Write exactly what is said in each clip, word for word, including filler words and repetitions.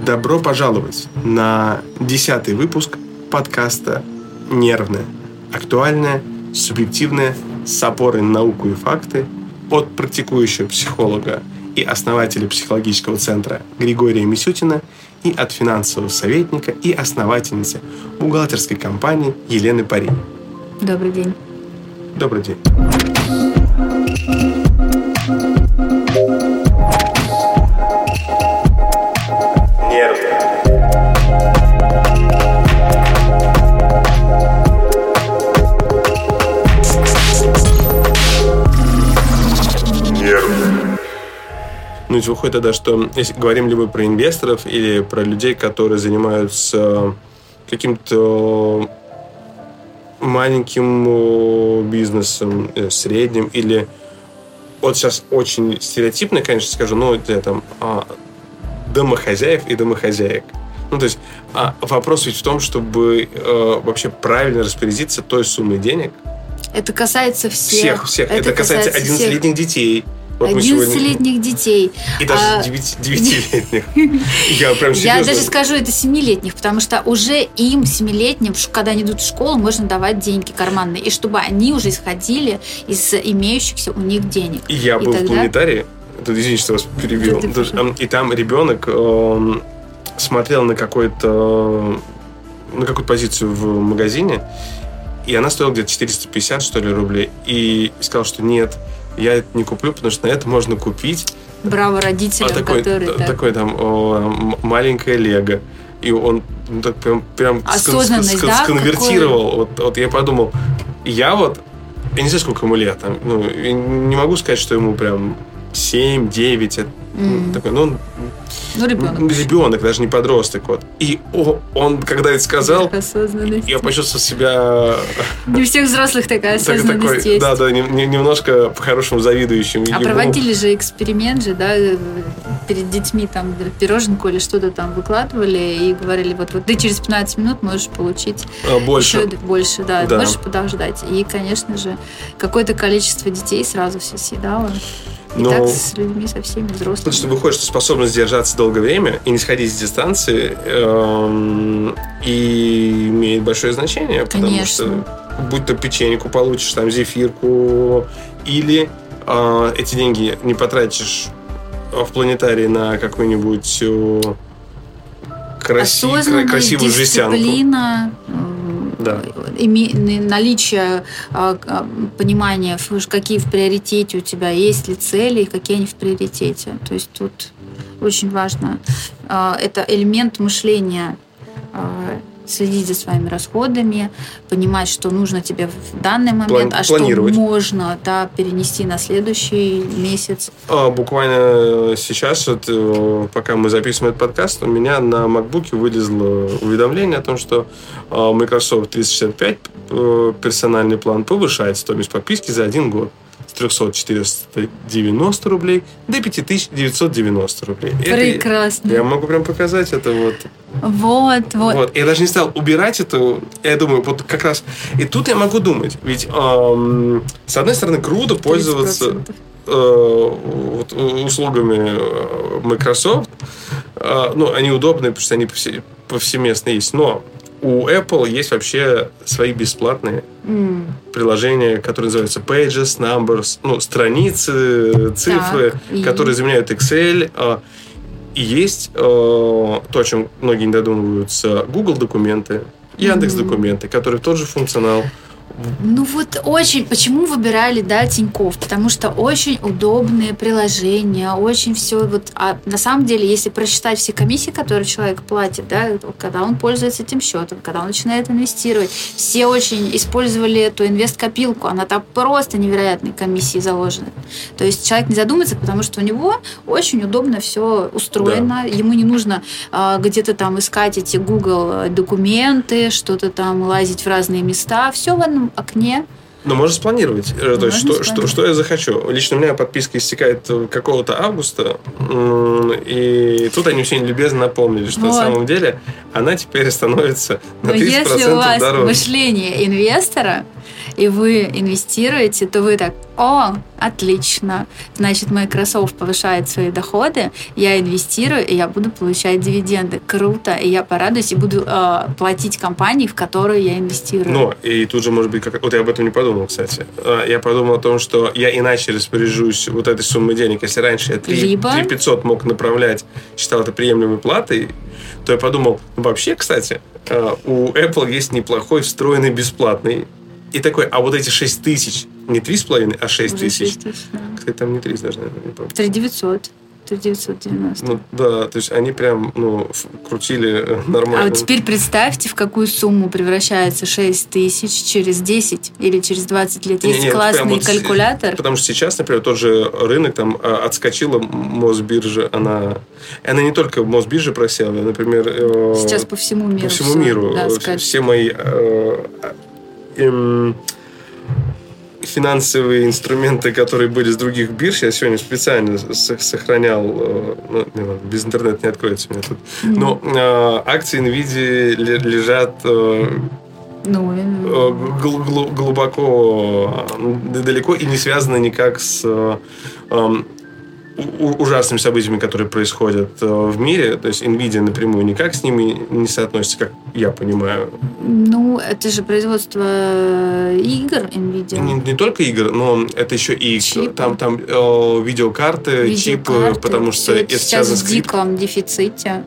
Добро пожаловать на десятый выпуск подкаста «Нервное». Актуальное, субъективное, с опорой на науку и факты от практикующего психолога и основателя психологического центра Григория Мисютина и от финансового советника и основательницы бухгалтерской компании Елены Пари. Добрый день. Добрый день. Ну, ведь выходит тогда, что если говорим ли мы про инвесторов или про людей, которые занимаются каким-то маленьким бизнесом, средним, или вот сейчас очень стереотипно, конечно, скажу, но для там домохозяев и домохозяек. Ну, то есть вопрос ведь в том, чтобы вообще правильно распорядиться той суммой денег. Это касается всех. Всех, всех. Это, Это касается одиннадцатилетних детей. Вот одиннадцатилетних сегодня... детей. И даже а... девятилетних. Я прям серьезно. Я даже скажу, это семилетних, потому что уже им, семилетним, когда они идут в школу, можно давать деньги карманные. И чтобы они уже исходили из имеющихся у них денег. И я был и тогда... в планетарии. Тут, извините, что вас перебил. И там ребенок э, смотрел на какой-то на какую-то позицию в магазине, и она стоила где-то четыреста пятьдесят, что ли, рублей. И сказал, что нет, я это не куплю, потому что на это можно купить. Браво родителям, такой, которые... Так. Такой там о, маленькое лего. И он ну, так прям, прям скон, скон, да, сконвертировал. Вот, вот я подумал, я вот... Я не знаю, сколько ему лет. Там, ну, я не могу сказать, что ему прям семь девять. Mm. Такой, ну, он... Ну, ребенок. Ребенок, даже не подросток. Вот. И о, он, когда это сказал, я почувствовал себя... Не у всех взрослых такая осознанность такой, есть. Да, да, не, не, немножко по-хорошему завидующим. А ему. Проводили же эксперимент же, да, перед детьми там пироженку или что-то там выкладывали и говорили, вот, вот ты через пятнадцать минут можешь получить больше. Еще больше, да, да, можешь подождать. И, конечно же, какое-то количество детей сразу все съедало. И Но... так с людьми, со всеми взрослыми. Потому что выходит, что способность держаться долгое время и не сходить с дистанции эм, и имеет большое значение. Потому Конечно. Что будь то печеньку получишь, там зефирку, или э, эти деньги не потратишь в планетарии на какую-нибудь э, краси... красивую жестянку. Дисциплина, да. наличие понимания, какие в приоритете у тебя, есть ли цели и какие они в приоритете. То есть тут очень важно. Это элемент мышления, следить за своими расходами, понимать, что нужно тебе в данный момент, План- а что можно да, перенести на следующий месяц. А, буквально сейчас, вот, пока мы записываем этот подкаст, у меня на MacBook вылезло уведомление о том, что Microsoft триста шестьдесят пять персональный план повышает стоимость подписки за один год. С трехсот четыреста девяносто рублей до пять тысяч девятьсот девяносто рублей. Прекрасно. Это, я могу прям показать это вот. Вот, вот. вот. Я даже не стал убирать это. Я думаю, вот как раз... И тут я могу думать. Ведь, эм, с одной стороны, круто пользоваться э, вот, услугами Microsoft. Э, ну, они удобные, потому что они повсе, повсеместно есть. Но у Apple есть вообще свои бесплатные mm. приложения, которые называются Pages, Numbers, ну, страницы, цифры, так, которые и... заменяют Excel. И есть то, о чем многие не додумываются, Google документы, Яндекс документы, mm. которые тот же функционал. Ну вот очень... Почему выбирали, да, Тинькофф? Потому что очень удобные приложения, очень все... Вот, а на самом деле, если просчитать все комиссии, которые человек платит, да, когда он пользуется этим счетом, когда он начинает инвестировать, все очень использовали эту инвест-копилку, она там просто невероятные комиссии заложены. То есть человек не задумается, потому что у него очень удобно все устроено, да. Ему не нужно а, где-то там искать эти Google документы, что-то там лазить в разные места, все в одном окне. Но можно спланировать. Ну, то есть, что, что, что я захочу. Лично у меня подписка истекает какого-то августа, и тут они очень любезно напомнили, что вот. На самом деле она теперь становится на тридцать процентов дороже. Но если у вас дороже. Мышление инвестора, и вы инвестируете, то вы так: о, отлично, значит, Microsoft повышает свои доходы, я инвестирую, и я буду получать дивиденды. Круто, и я порадуюсь, и буду э, платить компании, в которую я инвестирую. Ну, и тут же, может быть, как... вот я об этом не подумал, кстати. Я подумал о том, что я иначе распоряжусь вот этой суммой денег. Если раньше я три тысячи пятьсот мог направлять, считал это приемлемой платой, то я подумал, ну, вообще, кстати, у Apple есть неплохой встроенный бесплатный. И такой, а вот эти шесть тысяч, не три с половиной, а шесть тысяч. Да. Кстати, там не три даже, наверное, не помню. три девятьсот. три девятьсот девяносто. Ну, да, то есть они прям, ну, крутили нормально. А вот теперь представьте, в какую сумму превращается шесть тысяч через десять или через двадцать лет. Есть не, не, классный вот калькулятор. Потому что сейчас, например, тот же рынок, там, отскочила Мосбиржа, она... Она не только в Мосбирже просела, например... Сейчас по всему миру. По всему миру. Да, все мои... Эм, финансовые инструменты, которые были с других бирж, я сегодня специально сохранял, ну, не ладно, без интернета не откроется у меня тут, но э, акции NVIDIA лежат э, ну, э, гл- гл- глубоко, далеко и не связаны никак с э, ужасными событиями, которые происходят в мире. То есть NVIDIA напрямую никак с ними не соотносится, как я понимаю. Ну, это же производство игр NVIDIA. Не, не только игр, но это еще и чипы. Там, там э, видеокарты, видеокарты, чипы, потому что это сейчас в диком дефиците.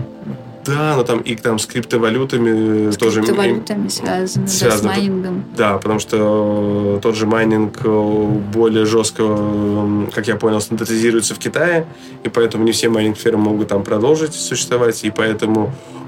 Да, но там и там с криптовалютами с тоже... С криптовалютами связано, связано, да, с майнингом. Да, потому что тот же майнинг более жестко, как я понял, стандартизируется в Китае, и поэтому не все майнинг-фермы могут там продолжить существовать, и поэтому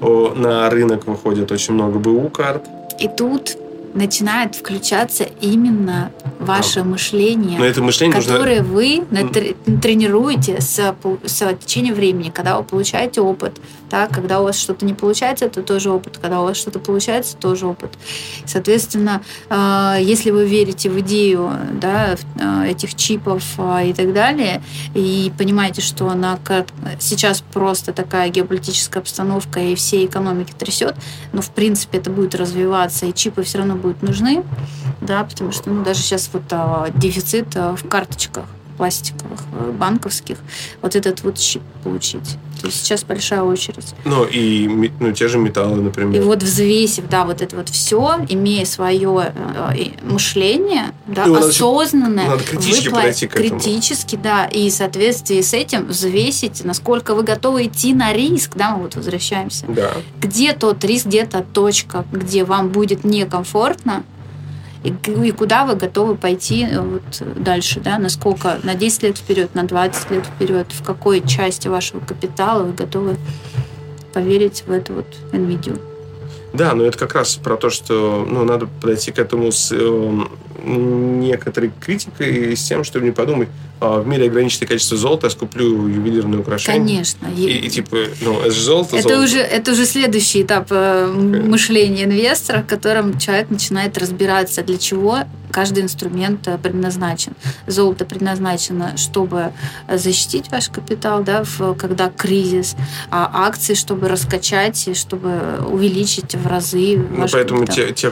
на рынок выходит очень много БУ-карт. И тут начинает включаться именно ваше да. мышление, Но это мышление которое нужно... вы натр... тренируете с, с течением времени, когда вы получаете опыт. Да? Когда у вас что-то не получается, это тоже опыт. Когда у вас что-то получается, тоже опыт. Соответственно, если вы верите в идею, да, этих чипов и так далее, и понимаете, что она сейчас просто такая геополитическая обстановка, и все экономики трясет, но в принципе это будет развиваться, и чипы все равно будут нужны, да, потому что ну, даже сейчас вот а, дефицит а, в карточках пластиковых, банковских, вот этот вот чип получить. То есть сейчас большая очередь. Ну, и ну, те же металлы, например. И вот взвесив, да, вот это вот все, имея свое э, мышление, да, ну, осознанное, надо критически выпла- подойти к этому. Критически, да, и в соответствии с этим взвесить, насколько вы готовы идти на риск, да, мы вот возвращаемся. Да. Где тот риск, где та точка, где вам будет некомфортно, и, и куда вы готовы пойти вот дальше, да, насколько, на десять лет вперед, на двадцать лет вперед, в какой части вашего капитала вы готовы поверить в эту вот NVIDIA. Да, но это как раз про то, что ну, надо подойти к этому с э, некоторой критикой и с тем, чтобы не подумать, а в мире ограниченное количество золота, я скуплю ювелирные украшения. Конечно. И, и типа, ну, это же золото, это золото. Уже, это уже следующий этап э, okay. мышления инвестора, в котором человек начинает разбираться, для чего каждый инструмент предназначен. Золото предназначено, чтобы защитить ваш капитал, да, в, когда кризис, а акции, чтобы раскачать, чтобы увеличить в разы ну, ваш поэтому капитал. Те, те,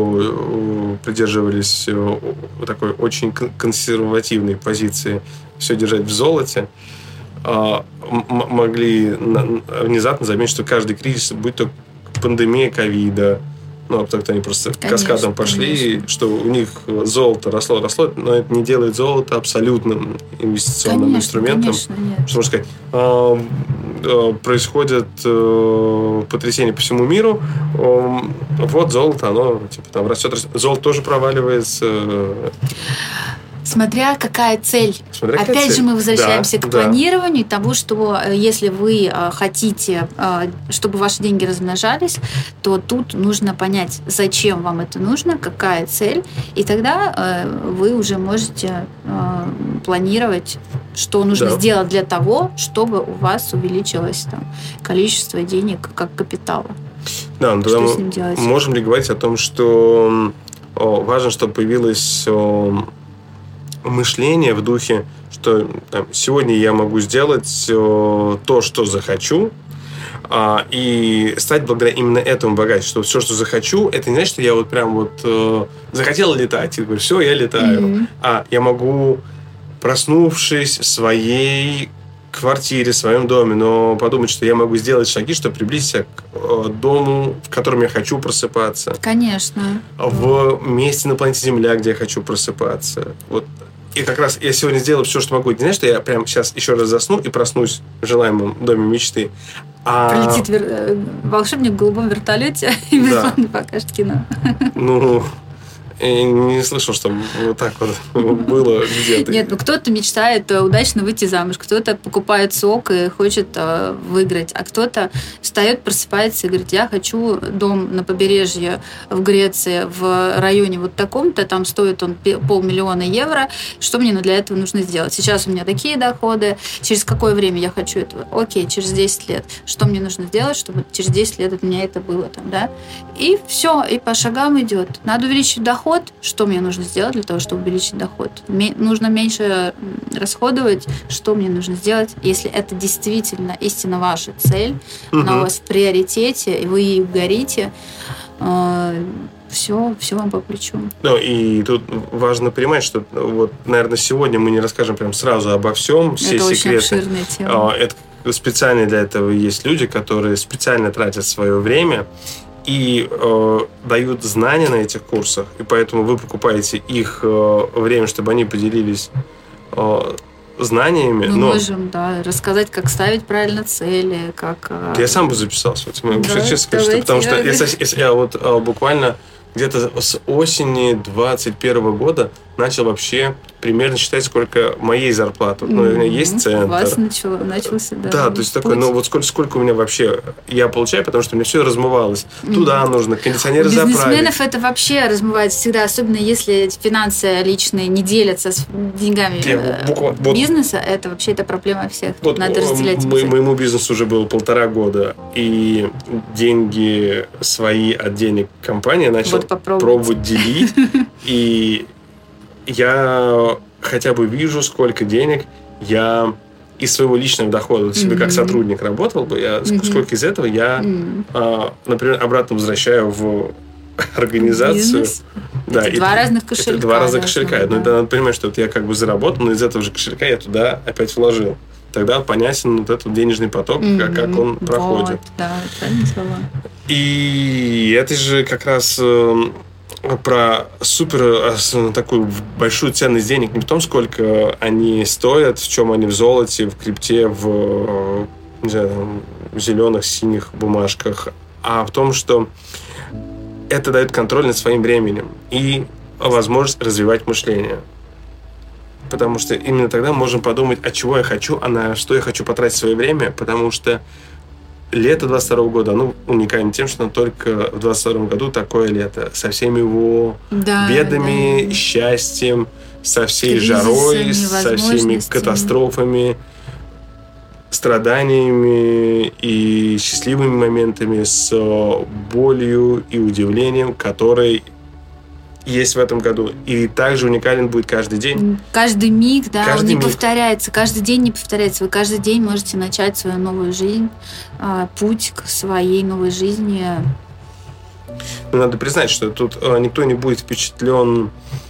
кто придерживались такой очень консервативной позиции, все держать в золоте, могли внезапно заметить, что каждый кризис, будь то пандемия ковида, ну, потому что они просто конечно, каскадом пошли, конечно. Что у них золото росло, росло, но это не делает золото абсолютным инвестиционным конечно, инструментом. Конечно, нет. Что можно сказать? Э, э, происходит э, потрясение по всему миру. Э, вот золото, оно типа там растет, растет. Золото тоже проваливается. Смотря какая цель. Смотря Опять какая же, цель. мы возвращаемся да, к да. планированию того, что если вы хотите, чтобы ваши деньги размножались, то тут нужно понять, зачем вам это нужно, какая цель, и тогда вы уже можете планировать, что нужно да. сделать для того, чтобы у вас увеличилось там, количество денег как капитала. Да, что мы с ним делать? Можем ли говорить о том, что важно, чтобы появилось мышление в духе, что там, сегодня я могу сделать э, то, что захочу, А, и стать благодаря именно этому богаче, что все, что захочу, это не значит, что я вот прям вот э, захотел летать, и говорю, все, я летаю. Mm-hmm. А я могу, проснувшись в своей квартире, в своем доме, но подумать, что я могу сделать шаги, чтобы приблизиться к э, дому, в котором я хочу просыпаться. Конечно. В месте на планете Земля, где я хочу просыпаться. Вот. И как раз я сегодня сделаю все, что могу. Не знаешь, что я прямо сейчас еще раз засну и проснусь в желаемом доме мечты. А... Прилетит вер... волшебник в голубом вертолете и бесплатно покажет кино. Ну... Я не слышал, что вот так вот было где-то. Нет, ну кто-то мечтает удачно выйти замуж, кто-то покупает сок и хочет э, выиграть, а кто-то встает, просыпается и говорит, я хочу дом на побережье в Греции в районе вот таком-то, там стоит он полмиллиона евро, что мне для этого нужно сделать? Сейчас у меня такие доходы, через какое время я хочу этого? Окей, через десять лет. Что мне нужно сделать, чтобы через десять лет у меня это было там, да? И все, и по шагам идет. Надо увеличить доход. Что мне нужно сделать для того, чтобы увеличить доход? Мне нужно меньше расходовать. Что мне нужно сделать? Если это действительно истинно ваша цель, угу. она у вас в приоритете, и вы ею горите, э, все, все вам по плечу. Ну, и тут важно понимать, что вот, наверное, сегодня мы не расскажем прям сразу обо всем, все это секреты. Очень обширная тема. Это специально для этого есть люди, которые специально тратят свое время и э, дают знания на этих курсах, и поэтому вы покупаете их э, время, чтобы они поделились э, знаниями. Мы но... можем, да, рассказать, как ставить правильно цели, как... Э... Я сам бы записался, вот, да, честно сказать, потому что я, я, я вот э, буквально где-то с осени двадцать первого года начал вообще примерно считать, сколько моей зарплаты. Mm-hmm. Ну, у меня есть центр. У вас начало, начался, да. Да, то есть такой, ну вот сколько, сколько у меня вообще я получаю, потому что у меня все размывалось. Mm-hmm. Туда нужно, кондиционеры заправить. У бизнесменов это вообще размывается всегда, особенно если финансы личные не делятся с деньгами yeah, буквально, вот, бизнеса, это вообще это проблема всех. Вот, надо разделять. Мо- моему бизнесу уже было полтора года, и деньги свои от денег компании начал вот пробовать делить, и я хотя бы вижу, сколько денег я из своего личного дохода, вот себе mm-hmm. как сотрудник работал бы, я, mm-hmm. сколько из этого я, mm-hmm. а, например, обратно возвращаю в организацию. Бизнес? Да, это два разных кошелька. Это два разных кошелька. Да. Но это надо понимать, что вот я как бы заработал, но из этого же кошелька я туда опять вложил. Тогда понятен вот этот денежный поток, mm-hmm. как, как он вот, проходит. Да, правильные слова. И это же как раз... про супер такую большую ценность денег не в том, сколько они стоят, в чем они в золоте, в крипте, в, не знаю, в зеленых, синих бумажках, а в том, что это дает контроль над своим временем и возможность развивать мышление. Потому что именно тогда можем подумать, а чего я хочу, а на что я хочу потратить свое время, потому что лето двадцать второго года, оно уникально тем, что оно только в двадцать втором году такое лето. Со всеми его да, бедами, да. счастьем, со всей Кризисами, жарой, со всеми катастрофами, страданиями и счастливыми моментами, с болью и удивлением, которые есть в этом году. И также уникален будет каждый день. Каждый миг, да, каждый он не миг. повторяется. Каждый день не повторяется. Вы каждый день можете начать свою новую жизнь, путь к своей новой жизни. Но надо признать, что тут никто не будет впечатлен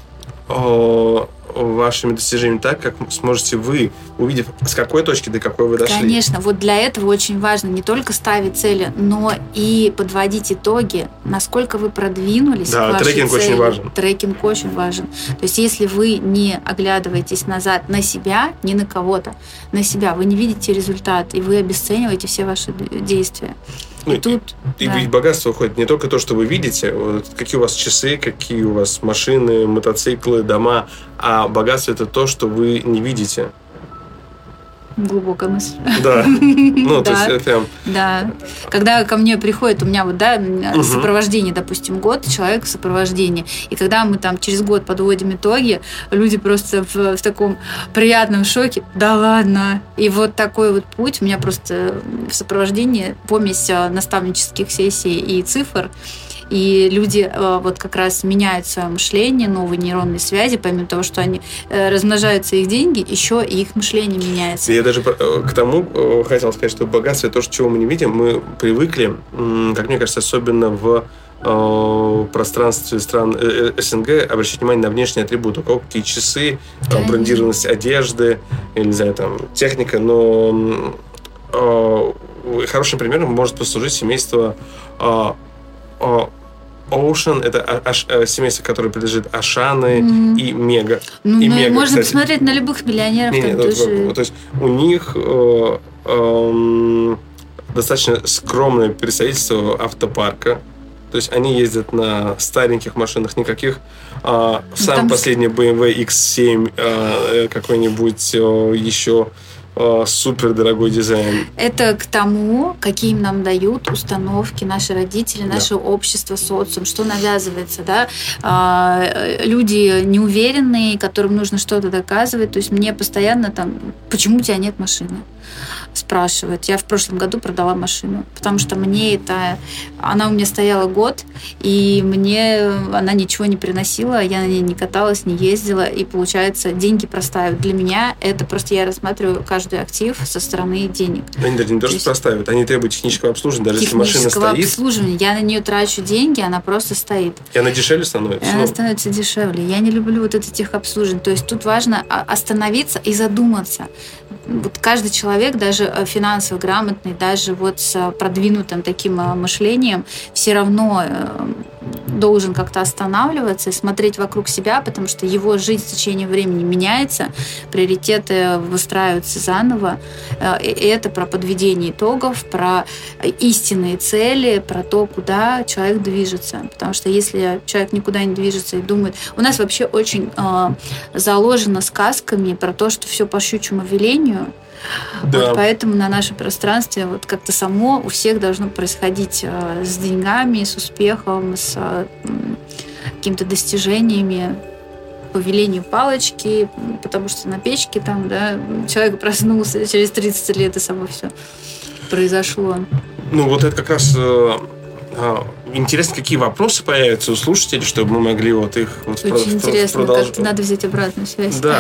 вашими достижениями так, как сможете вы, увидев, с какой точки до какой вы дошли. Конечно, вот для этого очень важно не только ставить цели, но и подводить итоги, насколько вы продвинулись да, к вашей трекинг цели. очень важен. Трекинг очень важен. То есть, если вы не оглядываетесь назад на себя, не на кого-то, на себя, вы не видите результат, и вы обесцениваете все ваши действия. Ну, и тут, и, да. и богатство уходит не только то, что вы видите, вот, какие у вас часы, какие у вас машины, мотоциклы, дома, а богатство – это то, что вы не видите. Глубокая мысль. Да. Ну, то да. есть прям... Да. Когда ко мне приходит, у меня вот, да, сопровождение, допустим, год, человек в сопровождении, и когда мы там через год подводим итоги, люди просто в, в таком приятном шоке. Да ладно. И вот такой вот путь у меня просто в сопровождении помесь наставнических сессий и цифр. И люди вот как раз меняют свое мышление, новые нейронные связи, помимо того, что они размножаются их деньги, еще и их мышление меняется. Я даже к тому хотел сказать, что богатство – это то, чего мы не видим. Мы привыкли, как мне кажется, особенно в пространстве стран СНГ обращать внимание на внешние атрибуты. У кого какие часы, там, брендированность одежды, или, не знаю, там, техника. Но э, хорошим примером может послужить семейство э, э, Ocean. Это аш, семейство, которое принадлежит Ашаны mm-hmm. и Мега. Ну, и ну Мега, можно кстати. посмотреть на любых миллионеров. Не, там не, тоже... то, то есть у них э, э, достаточно скромное представительство автопарка. То есть они ездят на стареньких машинах, никаких а, самый Там... последний бэ эм вэ икс семь, а, какой-нибудь а, еще а, супер дорогой дизайн. Это к тому, какие нам дают установки наши родители, наше да. общество, социум, что навязывается, да. А, люди неуверенные, которым нужно что-то доказывать. То есть мне постоянно там, почему у тебя нет машины? Спрашивают. Я в прошлом году продала машину, потому что мне это... Она у меня стояла год, и мне она ничего не приносила, я на ней не каталась, не ездила, и, получается, деньги простаивают. Для меня это просто я рассматриваю каждый актив со стороны денег. Они даже не то, что простаивают, они требуют технического обслуживания, даже если машина стоит. Технического обслуживания. Я на нее трачу деньги, она просто стоит. И она дешевле становится? И она становится дешевле. Я не люблю вот это техобслуживание. То есть тут важно остановиться и задуматься. Вот каждый человек, даже финансово грамотный, даже вот с продвинутым таким мышлением, все равно должен как-то останавливаться и смотреть вокруг себя, потому что его жизнь в течение времени меняется, приоритеты выстраиваются заново. И это про подведение итогов, про истинные цели, про то, куда человек движется. Потому что если человек никуда не движется и думает... У нас вообще очень э, заложено сказками про то, что все по щучьему велению. Да. Вот поэтому на нашем пространстве вот как-то само у всех должно происходить э, с деньгами, с успехом, с э, какими-то достижениями по велению палочки, потому что на печке там, да, человек проснулся, через тридцать лет и само все произошло. Ну вот это как раз э, э, интересно, какие вопросы появятся у слушателей, чтобы мы могли вот их вот очень в, интересно, в продолж... как надо взять обратную связь. Да.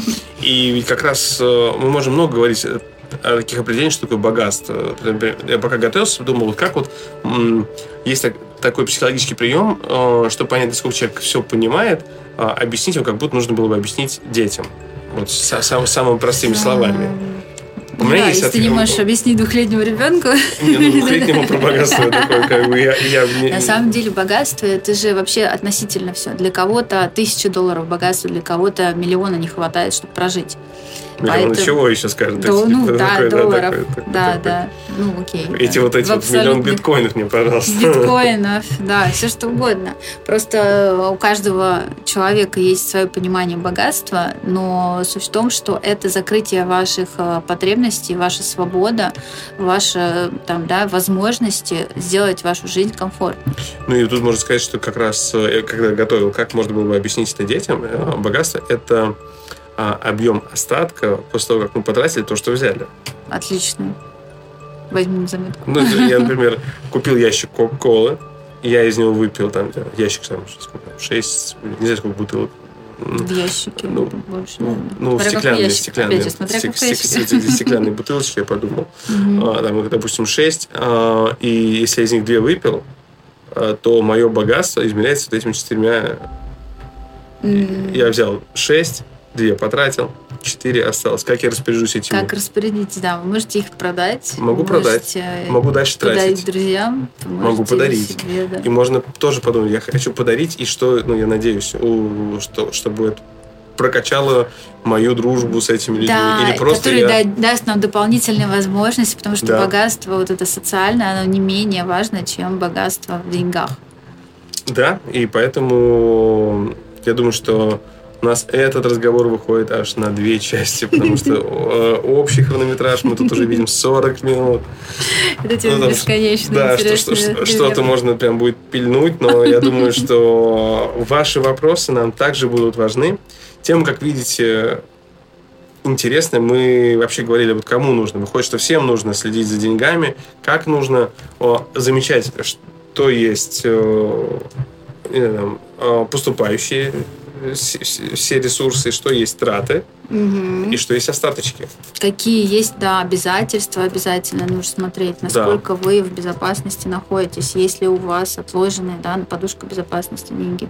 И как раз э, мы можем много говорить о таких определениях, что такое богатство. Я пока готовился, думал, вот как вот м- есть так, такой психологический прием, э, чтобы понять, насколько человек все понимает, э, объяснить его, как будто нужно было бы объяснить детям. Вот с, сам, самыми простыми словами. У меня да, есть если ты не можешь объяснить двухлетнему ребенку. Не, ну, двухлетнему про богатство такое, как бы я, я не... На самом деле богатство это же вообще относительно все. Для кого-то тысяча долларов богатства, для кого-то миллиона не хватает, чтобы прожить. Миллион Поэтому... чего еще скажет? Да, ну да, такой, долларов. Да, такой, такой, да, такой. да. Ну окей. Эти да. вот эти вот миллион биткоинов мне, пожалуйста. Биткоинов, да, все что угодно. Просто у каждого человека есть свое понимание богатства, но суть в том, что это закрытие ваших потребностей, ваша свобода, ваши там, да, возможности сделать вашу жизнь комфортной. Ну и тут можно сказать, что как раз, когда готовил, как можно было бы объяснить это детям, богатство – это объем остатка после того, как мы потратили то, что взяли. Отлично. Возьмем заметку. Ну, я, например, купил ящик Кока-Колы, я из него выпил там ящик, там, шесть, не знаю, сколько бутылок. В ящике ну, больше. Ну, ну стеклянные, стеклянные, Опять, стек, стек, стеклянные бутылочки, я подумал. Mm-hmm. А, там, допустим, шесть, а, и если я из них две выпил, а, то мое богатство измеряется вот этими четырьмя. Mm-hmm. Я взял шесть, две потратил, четыре осталось. Как я распоряжусь этими? Как распорядитесь, да. Вы можете их продать. Могу продать. Могу дальше тратить. Подарить друзьям. Могу подарить. Себе, да. И можно тоже подумать, я хочу подарить, и что, ну, я надеюсь, что, чтобы это прокачало мою дружбу с этими людьми. Да, или просто который я... даст нам дополнительные возможности, потому что да. богатство, вот это социальное, оно не менее важно, чем богатство в деньгах. Да, и поэтому я думаю, что у нас этот разговор выходит аж на две части, потому что общий хронометраж мы тут уже видим сорок минут. Это тебе ну, бесконечно да, интересно. Что, что, что-то можно прям будет пильнуть, но я думаю, что ваши вопросы нам также будут важны. Тем, как видите, интересно. Мы вообще говорили, вот кому нужно. Выходит, что всем нужно следить за деньгами, как нужно о, замечать что есть э, э, поступающие все ресурсы, что есть траты, угу. и что есть остаточки. Какие есть, да, обязательства, обязательно нужно смотреть, насколько да. вы в безопасности находитесь, если у вас отложенные, да, на подушку безопасности деньги.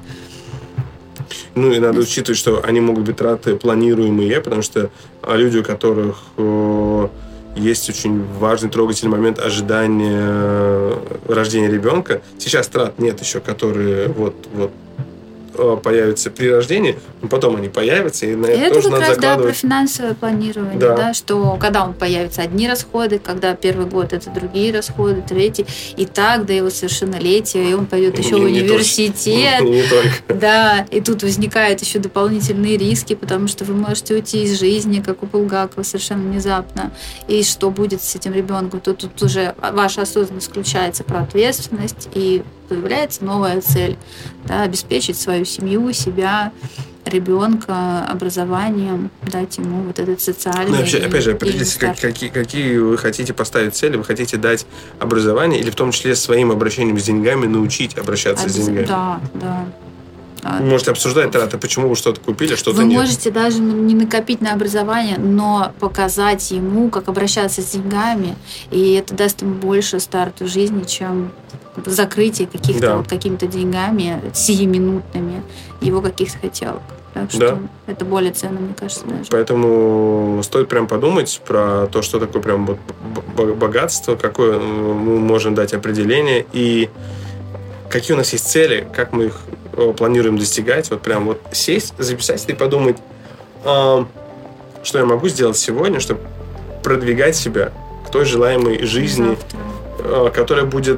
Ну и надо yes. учитывать, что они могут быть траты планируемые, потому что люди, у которых э, есть очень важный, трогательный момент ожидания рождения ребенка, сейчас трат нет еще, которые вот, вот появятся при рождении, но потом они появятся, и на это, это тоже надо закладывать. Это как раз, да, про финансовое планирование, да. да, что когда он появится, одни расходы, когда первый год это другие расходы, третий, и так до его совершеннолетия, и он пойдет еще не, в университет. Не, не только. Да, и тут возникают еще дополнительные риски, потому что вы можете уйти из жизни, как у Булгакова, совершенно внезапно. И что будет с этим ребенком? То тут уже ваша осознанность включается про ответственность, и появляется новая цель, да, обеспечить свою семью, себя, ребенка образованием, дать ему вот этот социальный... Ну, вообще, опять же, определите, как, какие, какие вы хотите поставить цели, вы хотите дать образование или в том числе своим обращением с деньгами научить обращаться Обез... с деньгами? Да, да. Вы можете обсуждать траты, почему вы что-то купили, что-то вы нет. Вы можете даже не накопить на образование, но показать ему, как обращаться с деньгами, и это даст ему больше старта в жизни, чем закрытие каких-то да. вот какими-то деньгами сиюминутными его каких-то хотелок. Так что да. это более ценно, мне кажется, даже. Поэтому стоит прям подумать про то, что такое прям вот богатство, какое мы можем дать определение, и какие у нас есть цели, как мы их планируем достигать. Вот прям вот сесть, записать и подумать, э, что я могу сделать сегодня, чтобы продвигать себя к той желаемой жизни, э, которая будет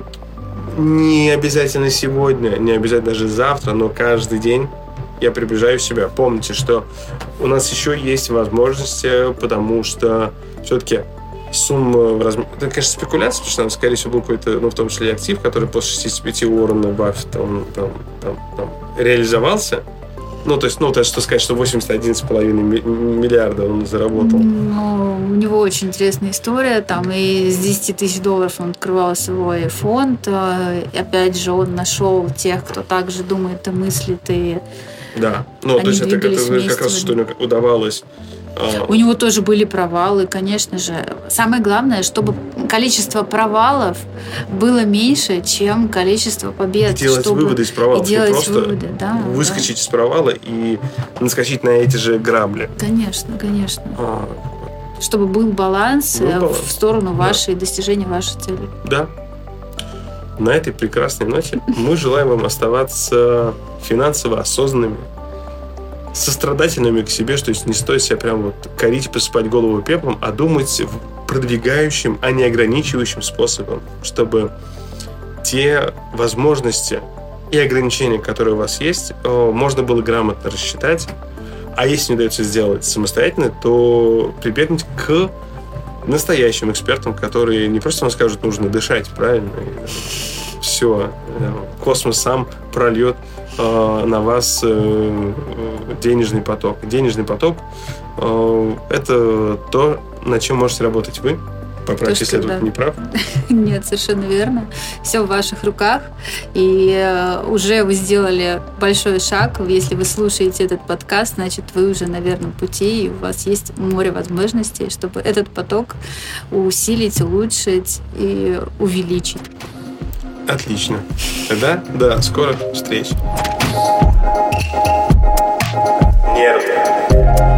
не обязательно сегодня, не обязательно даже завтра, но каждый день я приближаю себя. Помните, что у нас еще есть возможности, потому что все-таки сумма в размере... Это, конечно, спекуляция, потому что там, скорее всего, был какой-то, ну, в том числе и актив, который после шестидесяти пяти Уоррена Баффета там, там, там, там, реализовался. Ну, то есть, ну, то есть, что сказать, что восемьдесят один целых пять десятых миллиарда он заработал. Ну, у него очень интересная история. Там и с десяти тысяч долларов он открывал свой фонд. И опять же, он нашел тех, кто также думает и мыслит, и да. Ну, то есть, это, это как раз, что ему удавалось. У него тоже были провалы, конечно же. Самое главное, чтобы количество провалов было меньше, чем количество побед. И делать чтобы... выводы из провалов. И делать не просто выводы, да, выскочить да. из провала и наскочить на эти же грабли. Конечно, конечно. А, чтобы был баланс, был баланс в сторону вашей, да. достижения вашей цели. Да. На этой прекрасной ноте мы желаем вам оставаться финансово осознанными, сострадательными к себе, что есть не стоит себя прям вот корить, посыпать голову пеплом, а думать продвигающим, а не ограничивающим способом, чтобы те возможности и ограничения, которые у вас есть, можно было грамотно рассчитать, а если не удается сделать самостоятельно, то прибегнуть к настоящим экспертам, которые не просто вам скажут, нужно дышать, правильно, и все, космос сам прольет на вас денежный поток. Денежный поток – это то, над чем можете работать вы. Поправьте, если я тут не прав. Нет, совершенно верно. Все в ваших руках. И уже вы сделали большой шаг. Если вы слушаете этот подкаст, значит, вы уже на верном пути, и у вас есть море возможностей, чтобы этот поток усилить, улучшить и увеличить. Отлично. Тогда до скорых встреч. Нервы.